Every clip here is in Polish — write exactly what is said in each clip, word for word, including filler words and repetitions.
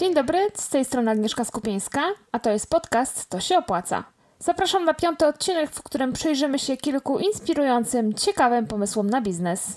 Dzień dobry, z tej strony Agnieszka Skupieńska, a to jest podcast To się opłaca. Zapraszam na piąty odcinek, w którym przyjrzymy się kilku inspirującym, ciekawym pomysłom na biznes.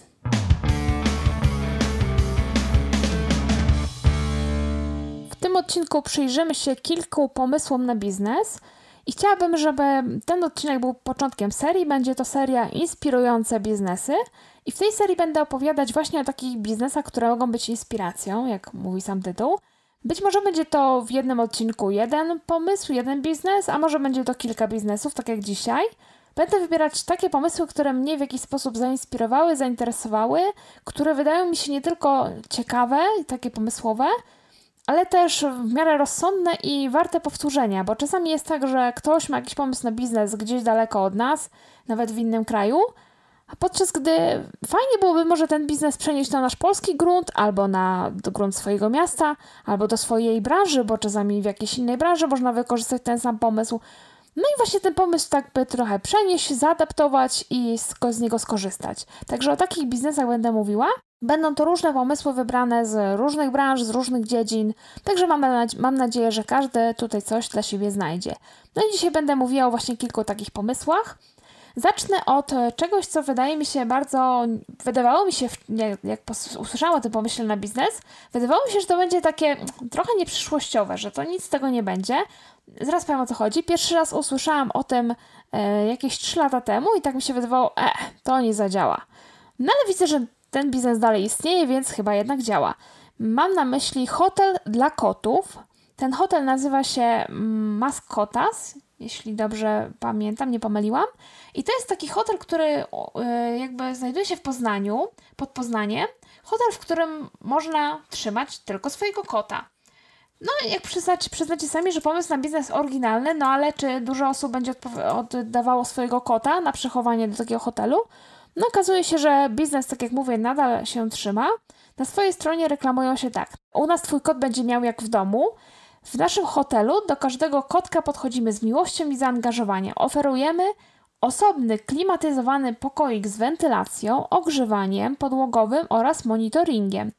W tym odcinku przyjrzymy się kilku pomysłom na biznes i chciałabym, żeby ten odcinek był początkiem serii. Będzie to seria Inspirujące biznesy i w tej serii będę opowiadać właśnie o takich biznesach, które mogą być inspiracją, jak mówi sam tytuł. Być może będzie to w jednym odcinku jeden pomysł, jeden biznes, a może będzie to kilka biznesów, tak jak dzisiaj. Będę wybierać takie pomysły, które mnie w jakiś sposób zainspirowały, zainteresowały, które wydają mi się nie tylko ciekawe i takie pomysłowe, ale też w miarę rozsądne i warte powtórzenia, bo czasami jest tak, że ktoś ma jakiś pomysł na biznes gdzieś daleko od nas, nawet w innym kraju, a podczas gdy fajnie byłoby może ten biznes przenieść na nasz polski grunt, albo na grunt swojego miasta, albo do swojej branży, bo czasami w jakiejś innej branży można wykorzystać ten sam pomysł. No i właśnie ten pomysł tak by trochę przenieść, zaadaptować i z niego skorzystać. Także o takich biznesach będę mówiła. Będą to różne pomysły wybrane z różnych branż, z różnych dziedzin, także mam, mam nadzieję, że każdy tutaj coś dla siebie znajdzie. No i dzisiaj będę mówiła o właśnie kilku takich pomysłach. Zacznę od czegoś, co wydaje mi się bardzo, wydawało mi się, jak, jak usłyszałam o tym pomyśle na biznes, wydawało mi się, że to będzie takie trochę nieprzyszłościowe, że to nic z tego nie będzie. Zaraz powiem, o co chodzi. Pierwszy raz usłyszałam o tym e, jakieś trzy lata temu i tak mi się wydawało, e, to nie zadziała. No ale widzę, że ten biznes dalej istnieje, więc chyba jednak działa. Mam na myśli hotel dla kotów. Ten hotel nazywa się Mascotas, jeśli dobrze pamiętam, nie pomyliłam. I to jest taki hotel, który jakby znajduje się w Poznaniu, pod Poznaniem. Hotel, w którym można trzymać tylko swojego kota. No jak przyznacie, przyznacie sami, że pomysł na biznes oryginalny, no ale czy dużo osób będzie oddawało swojego kota na przechowanie do takiego hotelu? No okazuje się, że biznes, tak jak mówię, nadal się trzyma. Na swojej stronie reklamują się tak. U nas twój kot będzie miał jak w domu. W naszym hotelu do każdego kotka podchodzimy z miłością i zaangażowaniem. Oferujemy osobny, klimatyzowany pokoik z wentylacją, ogrzewaniem podłogowym oraz monitoringiem.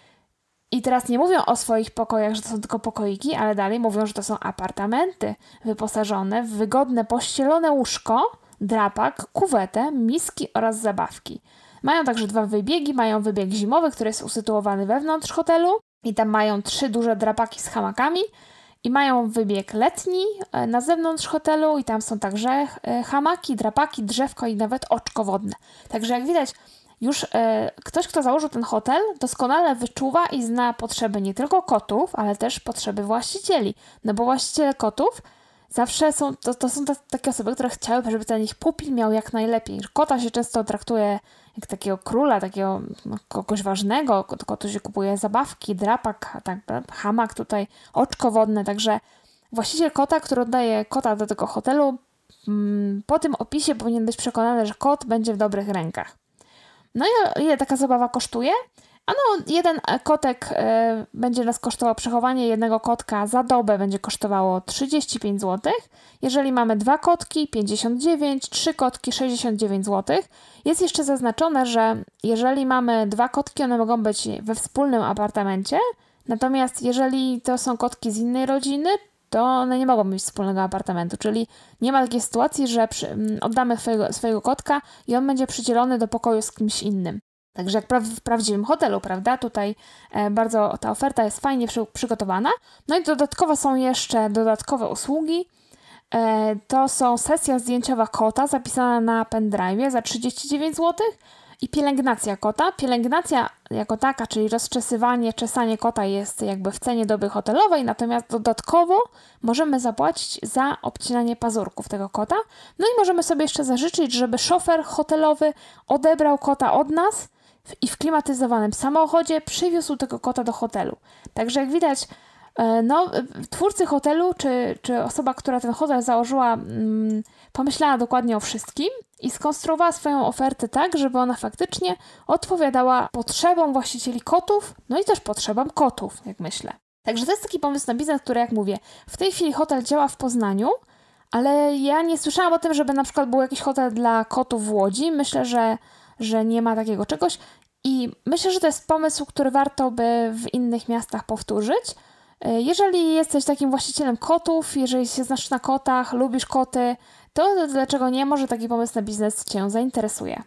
I teraz nie mówią o swoich pokojach, że to są tylko pokoiki, ale dalej mówią, że to są apartamenty wyposażone w wygodne, pościelone łóżko, drapak, kuwetę, miski oraz zabawki. Mają także dwa wybiegi, mają wybieg zimowy, który jest usytuowany wewnątrz hotelu i tam mają trzy duże drapaki z hamakami i mają wybieg letni na zewnątrz hotelu i tam są także hamaki, drapaki, drzewko i nawet oczko wodne. Także jak widać, już e, ktoś, kto założył ten hotel, doskonale wyczuwa i zna potrzeby nie tylko kotów, ale też potrzeby właścicieli. No bo właściciele kotów zawsze są, to, to są te, takie osoby, które chciałyby, żeby ten ich pupil miał jak najlepiej. Kota się często traktuje jak takiego króla, takiego no, kogoś ważnego. Kotu się kupuje zabawki, drapak, tak, hamak tutaj, oczko wodne. Także właściciel kota, który oddaje kota do tego hotelu, mm, po tym opisie powinien być przekonany, że kot będzie w dobrych rękach. No i ile taka zabawa kosztuje? Ano, jeden kotek y, będzie nas kosztował, przechowanie jednego kotka za dobę będzie kosztowało trzydzieści pięć złotych. Jeżeli mamy dwa kotki, pięćdziesiąt dziewięć, trzy kotki, sześćdziesiąt dziewięć złotych. Jest jeszcze zaznaczone, że jeżeli mamy dwa kotki, one mogą być we wspólnym apartamencie. Natomiast jeżeli to są kotki z innej rodziny, to one nie mogą mieć wspólnego apartamentu. Czyli nie ma takiej sytuacji, że przy, oddamy swojego, swojego kotka i on będzie przydzielony do pokoju z kimś innym. Także jak w prawdziwym hotelu, prawda? Tutaj e, bardzo ta oferta jest fajnie przy, przygotowana. No i dodatkowo są jeszcze dodatkowe usługi. E, to są sesja zdjęciowa kota zapisana na pendrive'ie za trzydzieści dziewięć złotych i pielęgnacja kota. Pielęgnacja jako taka, czyli rozczesywanie, czesanie kota jest jakby w cenie doby hotelowej, natomiast dodatkowo możemy zapłacić za obcinanie pazurków tego kota. No i możemy sobie jeszcze zażyczyć, żeby szofer hotelowy odebrał kota od nas i w klimatyzowanym samochodzie przywiózł tego kota do hotelu. Także jak widać, no, twórcy hotelu, czy, czy osoba, która ten hotel założyła, mm, pomyślała dokładnie o wszystkim i skonstruowała swoją ofertę tak, żeby ona faktycznie odpowiadała potrzebom właścicieli kotów, no i też potrzebom kotów, jak myślę. Także to jest taki pomysł na biznes, który, jak mówię, w tej chwili hotel działa w Poznaniu, ale ja nie słyszałam o tym, żeby na przykład był jakiś hotel dla kotów w Łodzi. Myślę, że, że nie ma takiego czegoś i myślę, że to jest pomysł, który warto by w innych miastach powtórzyć. Jeżeli jesteś takim właścicielem kotów, jeżeli się znasz na kotach, lubisz koty, to dlaczego nie? Może taki pomysł na biznes Cię zainteresuje.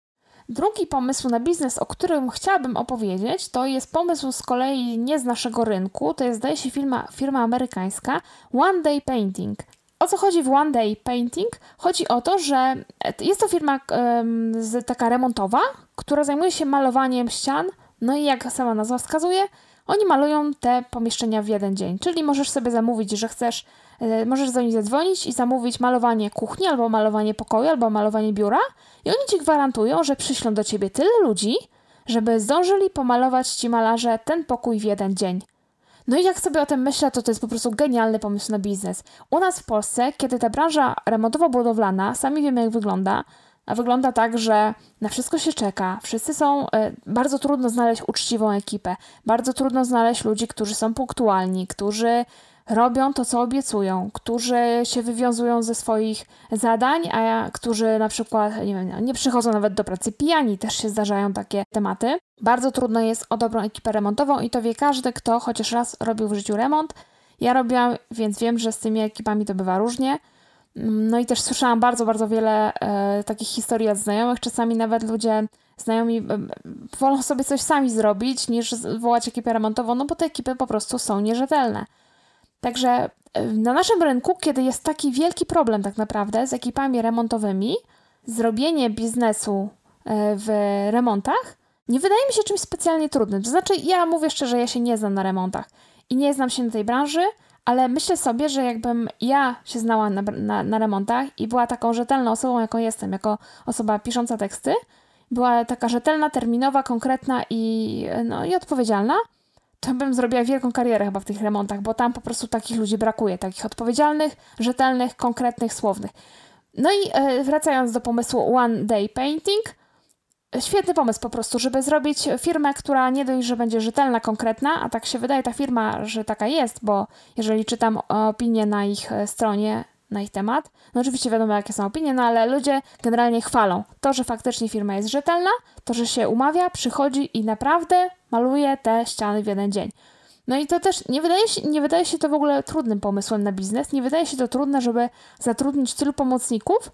Drugi pomysł na biznes, o którym chciałabym opowiedzieć, to jest pomysł z kolei nie z naszego rynku, to jest zdaje się firma, firma amerykańska One Day Painting. O co chodzi w One Day Painting? Chodzi o to, że jest to firma um, z, taka remontowa, która zajmuje się malowaniem ścian, no i jak sama nazwa wskazuje, oni malują te pomieszczenia w jeden dzień, czyli możesz sobie zamówić, że chcesz, e, możesz do nich zadzwonić i zamówić malowanie kuchni, albo malowanie pokoju, albo malowanie biura i oni Ci gwarantują, że przyślą do Ciebie tyle ludzi, żeby zdążyli pomalować Ci malarze ten pokój w jeden dzień. No i jak sobie o tym myślę, to to jest po prostu genialny pomysł na biznes. U nas w Polsce, kiedy ta branża remontowo-budowlana, sami wiemy jak wygląda, a wygląda tak, że na wszystko się czeka. Wszyscy są, y, bardzo trudno znaleźć uczciwą ekipę. Bardzo trudno znaleźć ludzi, którzy są punktualni, którzy robią to, co obiecują, którzy się wywiązują ze swoich zadań, a ja, którzy na przykład nie wiem, nie przychodzą nawet do pracy pijani. Też się zdarzają takie tematy. Bardzo trudno jest o dobrą ekipę remontową i to wie każdy, kto chociaż raz robił w życiu remont. Ja robiłam, więc wiem, że z tymi ekipami to bywa różnie. No i też słyszałam bardzo, bardzo wiele e, takich historii od znajomych. Czasami nawet ludzie, znajomi e, wolą sobie coś sami zrobić, niż wołać ekipę remontową, no bo te ekipy po prostu są nierzetelne. Także e, na naszym rynku, kiedy jest taki wielki problem tak naprawdę z ekipami remontowymi, zrobienie biznesu e, w remontach nie wydaje mi się czymś specjalnie trudnym. To znaczy, ja mówię szczerze, ja się nie znam na remontach i nie znam się na tej branży, ale myślę sobie, że jakbym ja się znała na, na, na remontach i była taką rzetelną osobą, jaką jestem, jako osoba pisząca teksty, była taka rzetelna, terminowa, konkretna i, no, i odpowiedzialna, to bym zrobiła wielką karierę chyba w tych remontach, bo tam po prostu takich ludzi brakuje, takich odpowiedzialnych, rzetelnych, konkretnych, słownych. No i e, wracając do pomysłu One Day Painting, świetny pomysł po prostu, żeby zrobić firmę, która nie dość, że będzie rzetelna, konkretna, a tak się wydaje ta firma, że taka jest, bo jeżeli czytam opinie na ich stronie, na ich temat, no oczywiście wiadomo jakie są opinie, no ale ludzie generalnie chwalą to, że faktycznie firma jest rzetelna, to, że się umawia, przychodzi i naprawdę maluje te ściany w jeden dzień. No i to też nie wydaje się, nie wydaje się to w ogóle trudnym pomysłem na biznes, nie wydaje się to trudne, żeby zatrudnić tylu pomocników,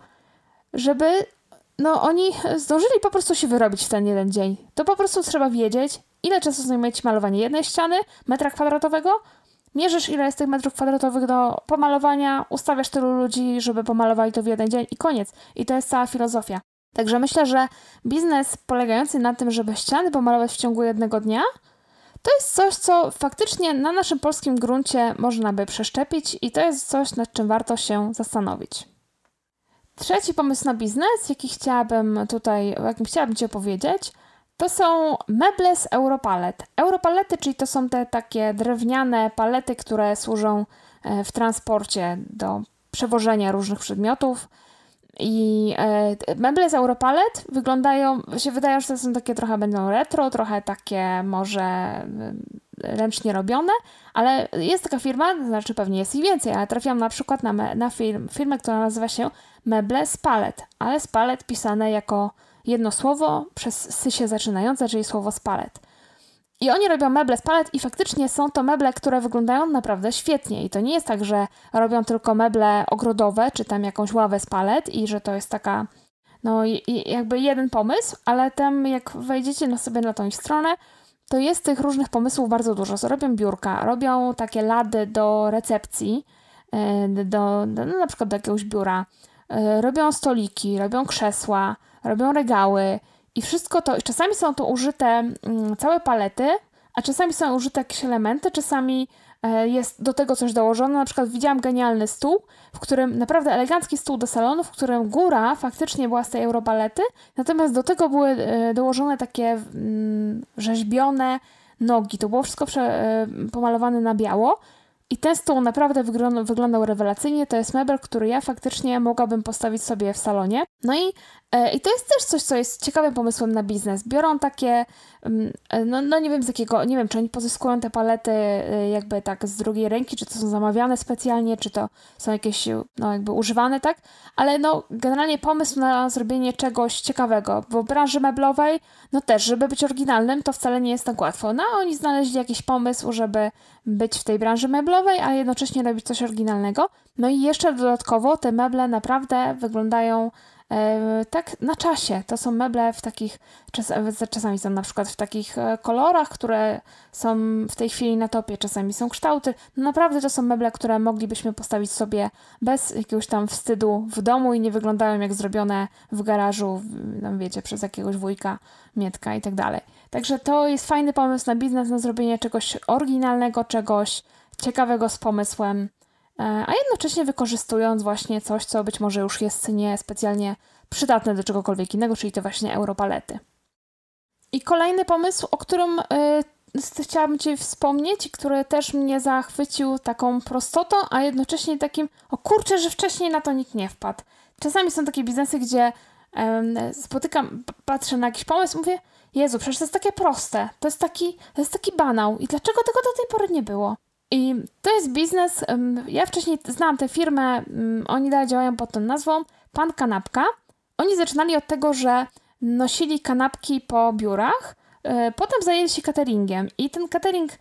żeby no oni zdążyli po prostu się wyrobić w ten jeden dzień. To po prostu trzeba wiedzieć, ile czasu zajmuje Ci malowanie jednej ściany, metra kwadratowego, mierzysz ile jest tych metrów kwadratowych do pomalowania, ustawiasz tylu ludzi, żeby pomalowali to w jeden dzień i koniec. I to jest cała filozofia. Także myślę, że biznes polegający na tym, żeby ściany pomalować w ciągu jednego dnia, to jest coś, co faktycznie na naszym polskim gruncie można by przeszczepić i to jest coś, nad czym warto się zastanowić. Trzeci pomysł na biznes, jaki chciałabym tutaj, o jakim chciałabym Ci opowiedzieć, to są meble z Europalet. Europalety, czyli to są te takie drewniane palety, które służą w transporcie do przewożenia różnych przedmiotów. I e, meble z Europalet wyglądają, się wydają, że to są takie trochę będą retro, trochę takie może e, ręcznie robione, ale jest taka firma, to znaczy pewnie jest ich więcej, ale trafiłam na przykład na, me, na firm, firmę, która nazywa się Meble z Palet, ale z Palet pisane jako jedno słowo przez sy się zaczynające, czyli słowo z palet. I oni robią meble z palet i faktycznie są to meble, które wyglądają naprawdę świetnie. I to nie jest tak, że robią tylko meble ogrodowe, czy tam jakąś ławę z palet i że to jest taka, no i, jakby jeden pomysł, ale tam jak wejdziecie na sobie na tą ich stronę, to jest tych różnych pomysłów bardzo dużo. Robią biurka, robią takie lady do recepcji, do, do no na przykład do jakiegoś biura, robią stoliki, robią krzesła, robią regały i wszystko to, i czasami są to użyte mm, całe palety, a czasami są użyte jakieś elementy, czasami e, jest do tego coś dołożone. Na przykład widziałam genialny stół, w którym, naprawdę elegancki stół do salonu, w którym góra faktycznie była z tej europalety, natomiast do tego były e, dołożone takie mm, rzeźbione nogi. To było wszystko prze, e, pomalowane na biało I ten stół naprawdę wyglądał, wyglądał rewelacyjnie. To jest mebel, który ja faktycznie mogłabym postawić sobie w salonie. No i, e, i to jest też coś, co jest ciekawym pomysłem na biznes. Biorą takie, no, no nie wiem z jakiego, nie wiem, czy oni pozyskują te palety e, jakby tak z drugiej ręki, czy to są zamawiane specjalnie, czy to są jakieś, no jakby używane, tak? Ale no generalnie pomysł na zrobienie czegoś ciekawego. W branży meblowej, no też, żeby być oryginalnym, to wcale nie jest tak łatwo. No a oni znaleźli jakiś pomysł, żeby być w tej branży meblowej, a jednocześnie robić coś oryginalnego. No i jeszcze dodatkowo te meble naprawdę wyglądają e, tak na czasie. To są meble w takich, czas, czasami są na przykład w takich e, kolorach, które są w tej chwili na topie, czasami są kształty. No naprawdę to są meble, które moglibyśmy postawić sobie bez jakiegoś tam wstydu w domu i nie wyglądają jak zrobione w garażu, no wiecie, przez jakiegoś wujka, Mietka i tak dalej. Także to jest fajny pomysł na biznes, na zrobienie czegoś oryginalnego, czegoś ciekawego z pomysłem, a jednocześnie wykorzystując właśnie coś, co być może już jest niespecjalnie przydatne do czegokolwiek innego, czyli te właśnie europalety. I kolejny pomysł, o którym y, chciałabym Ci wspomnieć, który też mnie zachwycił taką prostotą, a jednocześnie takim, o kurczę, że wcześniej na to nikt nie wpadł. Czasami są takie biznesy, gdzie y, spotykam, patrzę na jakiś pomysł i mówię, Jezu, przecież to jest takie proste, to jest taki, to jest taki banał i dlaczego tego do tej pory nie było? I to jest biznes, ja wcześniej znałam tę firmę, oni dalej działają pod tą nazwą Pan Kanapka. Oni zaczynali od tego, że nosili kanapki po biurach, potem zajęli się cateringiem i ten catering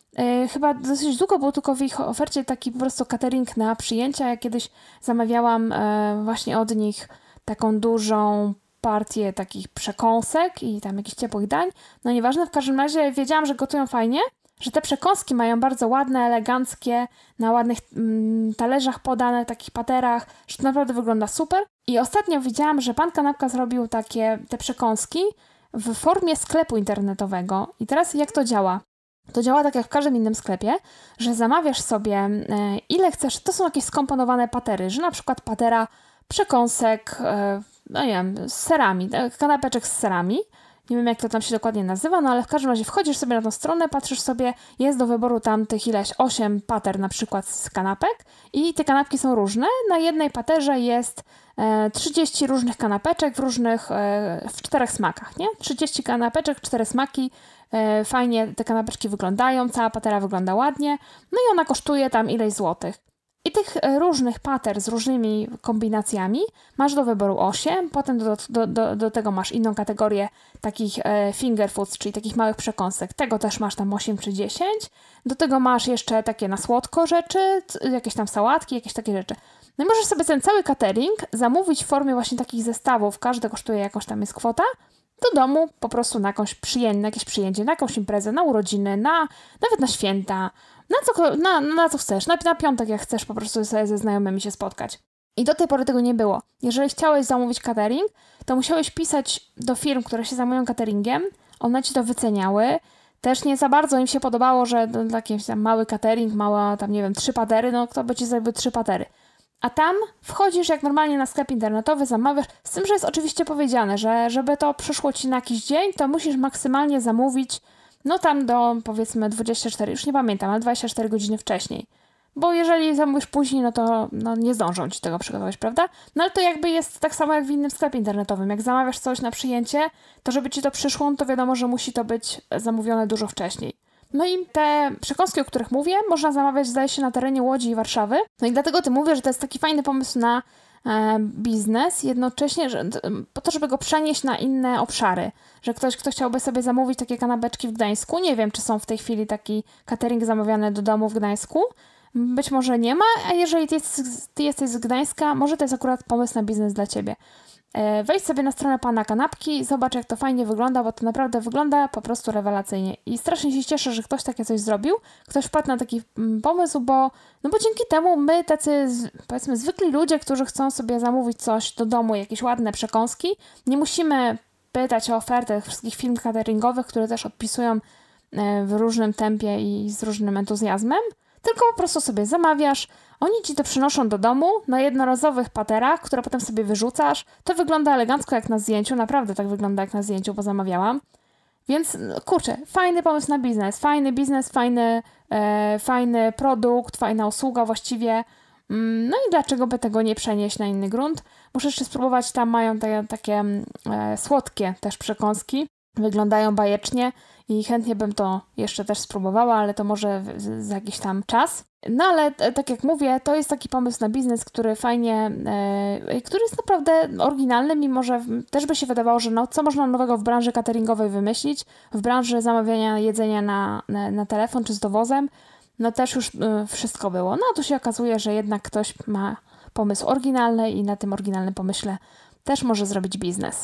chyba dosyć długo był tylko w ich ofercie taki po prostu catering na przyjęcia. Ja kiedyś zamawiałam właśnie od nich taką dużą partię takich przekąsek i tam jakichś ciepłych dań. No nieważne, w każdym razie wiedziałam, że gotują fajnie, że te przekąski mają bardzo ładne, eleganckie, na ładnych mm, talerzach podane, takich paterach, że to naprawdę wygląda super. I ostatnio widziałam, że Pan Kanapka zrobił takie te przekąski w formie sklepu internetowego. I teraz jak to działa? To działa tak jak w każdym innym sklepie, że zamawiasz sobie e, ile chcesz, to są jakieś skomponowane patery, że na przykład patera przekąsek, e, no nie wiem, z serami, kanapeczek z serami. Nie wiem, jak to tam się dokładnie nazywa, no ale w każdym razie wchodzisz sobie na tą stronę, patrzysz sobie, jest do wyboru tam tych ileś osiem pater na przykład z kanapek i te kanapki są różne. Na jednej paterze jest e, trzydzieści różnych kanapeczek w różnych, e, w czterech smakach, nie? trzydzieści kanapeczek, cztery smaki, e, fajnie te kanapeczki wyglądają, cała patera wygląda ładnie, no i ona kosztuje tam ileś złotych. I tych różnych pater z różnymi kombinacjami masz do wyboru osiem, potem do, do, do, do tego masz inną kategorię takich e, finger foods, czyli takich małych przekąsek. Tego też masz tam osiem czy dziesięć. Do tego masz jeszcze takie na słodko rzeczy, jakieś tam sałatki, jakieś takie rzeczy. No i możesz sobie ten cały catering zamówić w formie właśnie takich zestawów. Każdy kosztuje jakoś tam jest kwota. Do domu po prostu na jakąś przyjęcie, na jakieś przyjęcie, na jakąś imprezę, na urodziny, na, nawet na święta. Na co, na, na co chcesz, na, na piątek jak chcesz po prostu sobie ze znajomymi się spotkać. I do tej pory tego nie było. Jeżeli chciałeś zamówić catering, to musiałeś pisać do firm, które się zajmują cateringiem, one ci to wyceniały. Też nie za bardzo im się podobało, że taki tam mały catering, mała tam nie wiem, trzy patery, no kto by ci zrobił trzy patery. A tam wchodzisz jak normalnie na sklep internetowy, zamawiasz, z tym, że jest oczywiście powiedziane, że żeby to przyszło ci na jakiś dzień, to musisz maksymalnie zamówić no tam do powiedzmy dwadzieścia cztery, już nie pamiętam, ale dwadzieścia cztery godziny wcześniej. Bo jeżeli zamówisz później, no to no nie zdążą ci tego przygotować, prawda? No ale to jakby jest tak samo jak w innym sklepie internetowym. Jak zamawiasz coś na przyjęcie, to żeby ci to przyszło, no to wiadomo, że musi to być zamówione dużo wcześniej. No i te przekąski, o których mówię, można zamawiać, zdaje się, na terenie Łodzi i Warszawy. No i dlatego ty mówię, że to jest taki fajny pomysł na e, biznes, jednocześnie że, po to, żeby go przenieść na inne obszary. Że ktoś, kto chciałby sobie zamówić takie kanapeczki w Gdańsku, nie wiem, czy są w tej chwili taki catering zamawiany do domu w Gdańsku, być może nie ma, a jeżeli ty, jest, ty jesteś z Gdańska, może to jest akurat pomysł na biznes dla ciebie. Wejdź sobie na stronę Pana Kanapki, zobacz jak to fajnie wygląda, bo to naprawdę wygląda po prostu rewelacyjnie. I strasznie się cieszę, że ktoś takie coś zrobił, ktoś wpadł na taki pomysł, bo, no bo dzięki temu my tacy, powiedzmy, zwykli ludzie, którzy chcą sobie zamówić coś do domu, jakieś ładne przekąski, nie musimy pytać o ofertę tych wszystkich firm cateringowych, które też odpisują w różnym tempie i z różnym entuzjazmem, tylko po prostu sobie zamawiasz, oni ci to przynoszą do domu na jednorazowych paterach, które potem sobie wyrzucasz. To wygląda elegancko jak na zdjęciu, naprawdę tak wygląda jak na zdjęciu, bo zamawiałam. Więc kurczę, fajny pomysł na biznes, fajny biznes, fajny, e, fajny produkt, fajna usługa właściwie. No i dlaczego by tego nie przenieść na inny grunt? Muszę jeszcze spróbować, tam mają te, takie e, słodkie też przekąski, wyglądają bajecznie i chętnie bym to jeszcze też spróbowała, ale to może za jakiś tam czas. No ale e, tak jak mówię, to jest taki pomysł na biznes, który fajnie, e, który jest naprawdę oryginalny, mimo że też by się wydawało, że no, co można nowego w branży cateringowej wymyślić, w branży zamawiania jedzenia na, na, na telefon czy z dowozem, no też już y, wszystko było. No a tu się okazuje, że jednak ktoś ma pomysł oryginalny i na tym oryginalnym pomyśle też może zrobić biznes.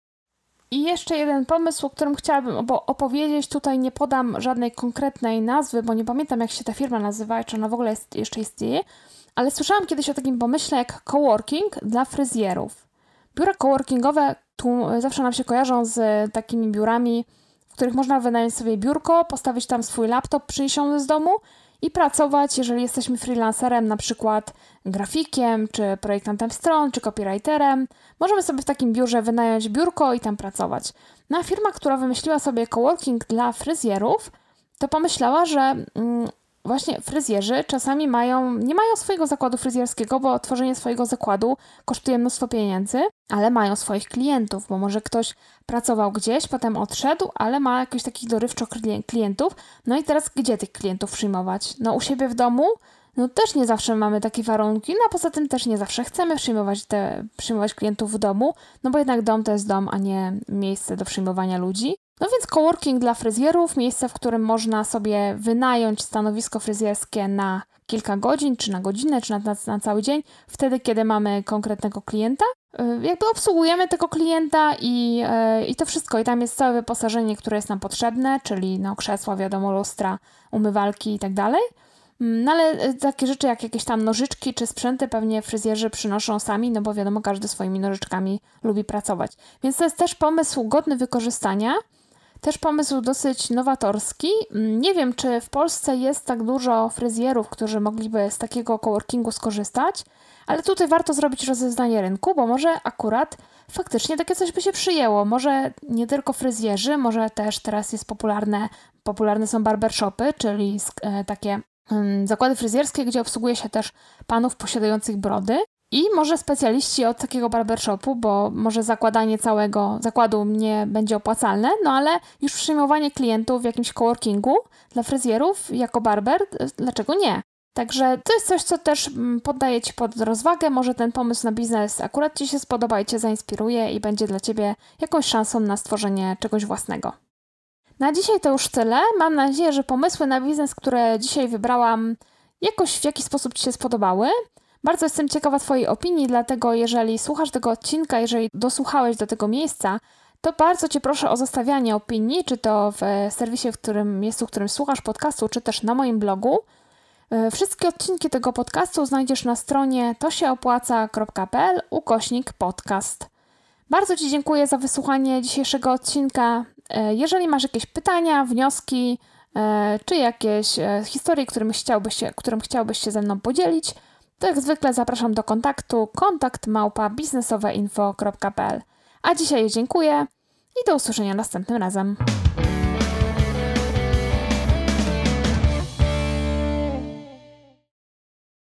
I jeszcze jeden pomysł, o którym chciałabym opowiedzieć. Tutaj nie podam żadnej konkretnej nazwy, bo nie pamiętam, jak się ta firma nazywa, czy ona w ogóle jest, jeszcze istnieje, ale słyszałam kiedyś o takim pomyśle jak coworking dla fryzjerów. Biura coworkingowe tu zawsze nam się kojarzą z takimi biurami, w których można wynająć sobie biurko, postawić tam swój laptop przyniesiony z domu i pracować, jeżeli jesteśmy freelancerem, na przykład grafikiem, czy projektantem stron, czy copywriterem. Możemy sobie w takim biurze wynająć biurko i tam pracować. No a firma, która wymyśliła sobie coworking dla fryzjerów, to pomyślała, że mm, właśnie fryzjerzy czasami mają, nie mają swojego zakładu fryzjerskiego, bo tworzenie swojego zakładu kosztuje mnóstwo pieniędzy, ale mają swoich klientów, bo może ktoś pracował gdzieś, potem odszedł, ale ma jakichś takich dorywczo klientów. No i teraz gdzie tych klientów przyjmować? No u siebie w domu? No też nie zawsze mamy takie warunki, no a poza tym też nie zawsze chcemy przyjmować, te, przyjmować klientów w domu, no bo jednak dom to jest dom, a nie miejsce do przyjmowania ludzi. No więc coworking dla fryzjerów, miejsce, w którym można sobie wynająć stanowisko fryzjerskie na kilka godzin, czy na godzinę, czy na, na, na cały dzień, wtedy, kiedy mamy konkretnego klienta. Jakby obsługujemy tego klienta i, yy, i to wszystko. I tam jest całe wyposażenie, które jest nam potrzebne, czyli no, krzesła, wiadomo, lustra, umywalki i tak dalej. No ale takie rzeczy jak jakieś tam nożyczki czy sprzęty pewnie fryzjerzy przynoszą sami, no bo wiadomo, każdy swoimi nożyczkami lubi pracować. Więc to jest też pomysł godny wykorzystania. Też pomysł dosyć nowatorski. Nie wiem, czy w Polsce jest tak dużo fryzjerów, którzy mogliby z takiego coworkingu skorzystać, ale tutaj warto zrobić rozeznanie rynku, bo może akurat faktycznie takie coś by się przyjęło. Może nie tylko fryzjerzy, może też teraz jest popularne, popularne są barbershopy, czyli e, takie um, zakłady fryzjerskie, gdzie obsługuje się też panów posiadających brody. I może specjaliści od takiego barbershopu, bo może zakładanie całego zakładu nie będzie opłacalne, no ale już przyjmowanie klientów w jakimś coworkingu dla fryzjerów jako barber, dlaczego nie? Także to jest coś, co też poddaję Ci pod rozwagę. Może ten pomysł na biznes akurat Ci się spodoba i Cię zainspiruje i będzie dla Ciebie jakąś szansą na stworzenie czegoś własnego. Na dzisiaj to już tyle. Mam nadzieję, że pomysły na biznes, które dzisiaj wybrałam, jakoś w jakiś sposób Ci się spodobały. Bardzo jestem ciekawa Twojej opinii, dlatego jeżeli słuchasz tego odcinka, jeżeli dosłuchałeś do tego miejsca, to bardzo Cię proszę o zostawianie opinii, czy to w serwisie, w którym miejscu, w którym słuchasz podcastu, czy też na moim blogu. Wszystkie odcinki tego podcastu znajdziesz na stronie tosieopłaca kropka p l ukośnik podcast. Bardzo Ci dziękuję za wysłuchanie dzisiejszego odcinka. Jeżeli masz jakieś pytania, wnioski, czy jakieś historie, którym chciałbyś się, którym chciałbyś się ze mną podzielić, to jak zwykle zapraszam do kontaktu kontakt małpa biznesoweinfo kropka p l. A dzisiaj dziękuję i do usłyszenia następnym razem.